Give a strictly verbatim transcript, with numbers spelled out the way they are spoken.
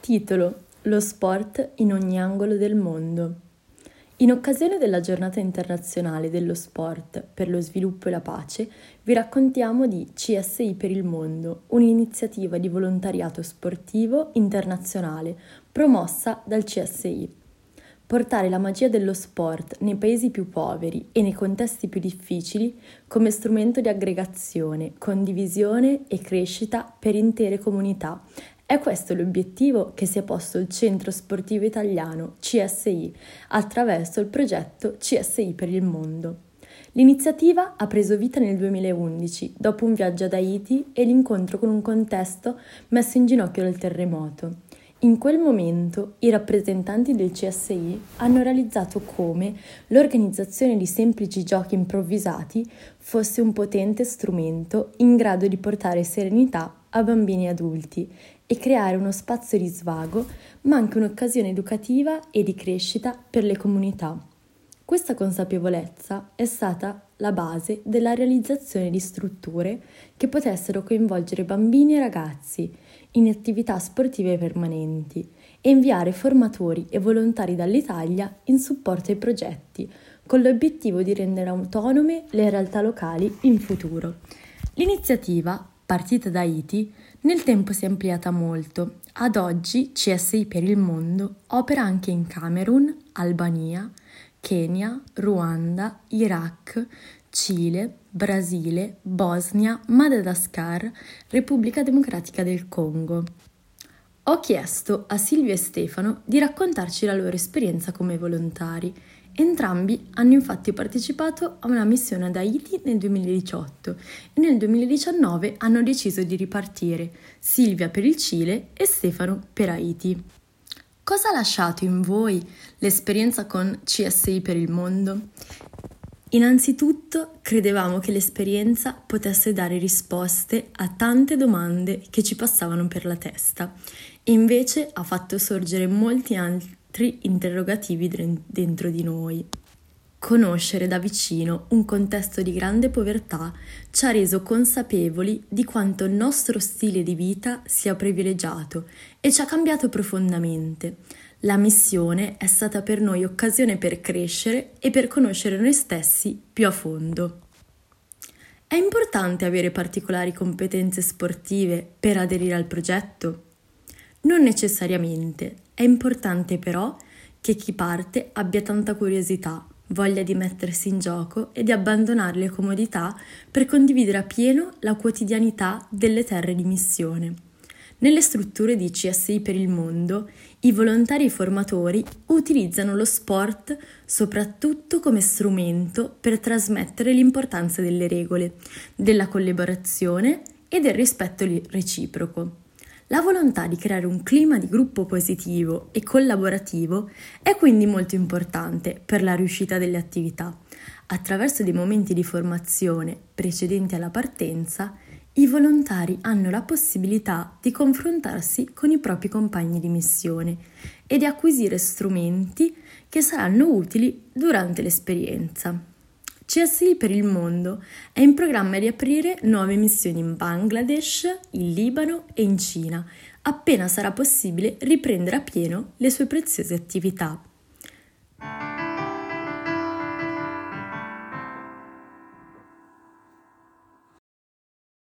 Titolo: Lo sport in ogni angolo del mondo. In occasione della Giornata Internazionale dello Sport per lo Sviluppo e la Pace, vi raccontiamo di C S I per il Mondo, un'iniziativa di volontariato sportivo internazionale promossa dal C S I. Portare la magia dello sport nei paesi più poveri e nei contesti più difficili come strumento di aggregazione, condivisione e crescita per intere comunità. È questo l'obiettivo che si è posto il Centro Sportivo Italiano C S I attraverso il progetto C S I per il Mondo. L'iniziativa ha preso vita nel duemilaundici, dopo un viaggio ad Haiti e l'incontro con un contesto messo in ginocchio dal terremoto. In quel momento i rappresentanti del C S I hanno realizzato come l'organizzazione di semplici giochi improvvisati fosse un potente strumento in grado di portare serenità a bambini e adulti e creare uno spazio di svago, ma anche un'occasione educativa e di crescita per le comunità. Questa consapevolezza è stata la base della realizzazione di strutture che potessero coinvolgere bambini e ragazzi in attività sportive permanenti e inviare formatori e volontari dall'Italia in supporto ai progetti, con l'obiettivo di rendere autonome le realtà locali in futuro. L'iniziativa, partita da Haiti, nel tempo si è ampliata molto. Ad oggi C S I per il Mondo opera anche in Camerun, Albania, Kenya, Ruanda, Iraq, Cile, Brasile, Bosnia, Madagascar, Repubblica Democratica del Congo. Ho chiesto a Silvia e Stefano di raccontarci la loro esperienza come volontari. Entrambi hanno infatti partecipato a una missione ad Haiti nel duemiladiciotto e nel duemiladiciannove hanno deciso di ripartire, Silvia per il Cile e Stefano per Haiti. Cosa ha lasciato in voi l'esperienza con C S I per il Mondo? Innanzitutto credevamo che l'esperienza potesse dare risposte a tante domande che ci passavano per la testa e invece ha fatto sorgere molti altri interrogativi dentro di noi. Conoscere da vicino un contesto di grande povertà ci ha reso consapevoli di quanto il nostro stile di vita sia privilegiato e ci ha cambiato profondamente. La missione è stata per noi occasione per crescere e per conoscere noi stessi più a fondo. È importante avere particolari competenze sportive per aderire al progetto? Non necessariamente, è importante però che chi parte abbia tanta curiosità, voglia di mettersi in gioco e di abbandonare le comodità per condividere appieno la quotidianità delle terre di missione. Nelle strutture di C S I per il Mondo, i volontari e i formatori utilizzano lo sport soprattutto come strumento per trasmettere l'importanza delle regole, della collaborazione e del rispetto reciproco. La volontà di creare un clima di gruppo positivo e collaborativo è quindi molto importante per la riuscita delle attività. Attraverso dei momenti di formazione precedenti alla partenza, i volontari hanno la possibilità di confrontarsi con i propri compagni di missione e di acquisire strumenti che saranno utili durante l'esperienza. C S I per il Mondo è in programma di aprire nuove missioni in Bangladesh, in Libano e in Cina, appena sarà possibile riprendere a pieno le sue preziose attività.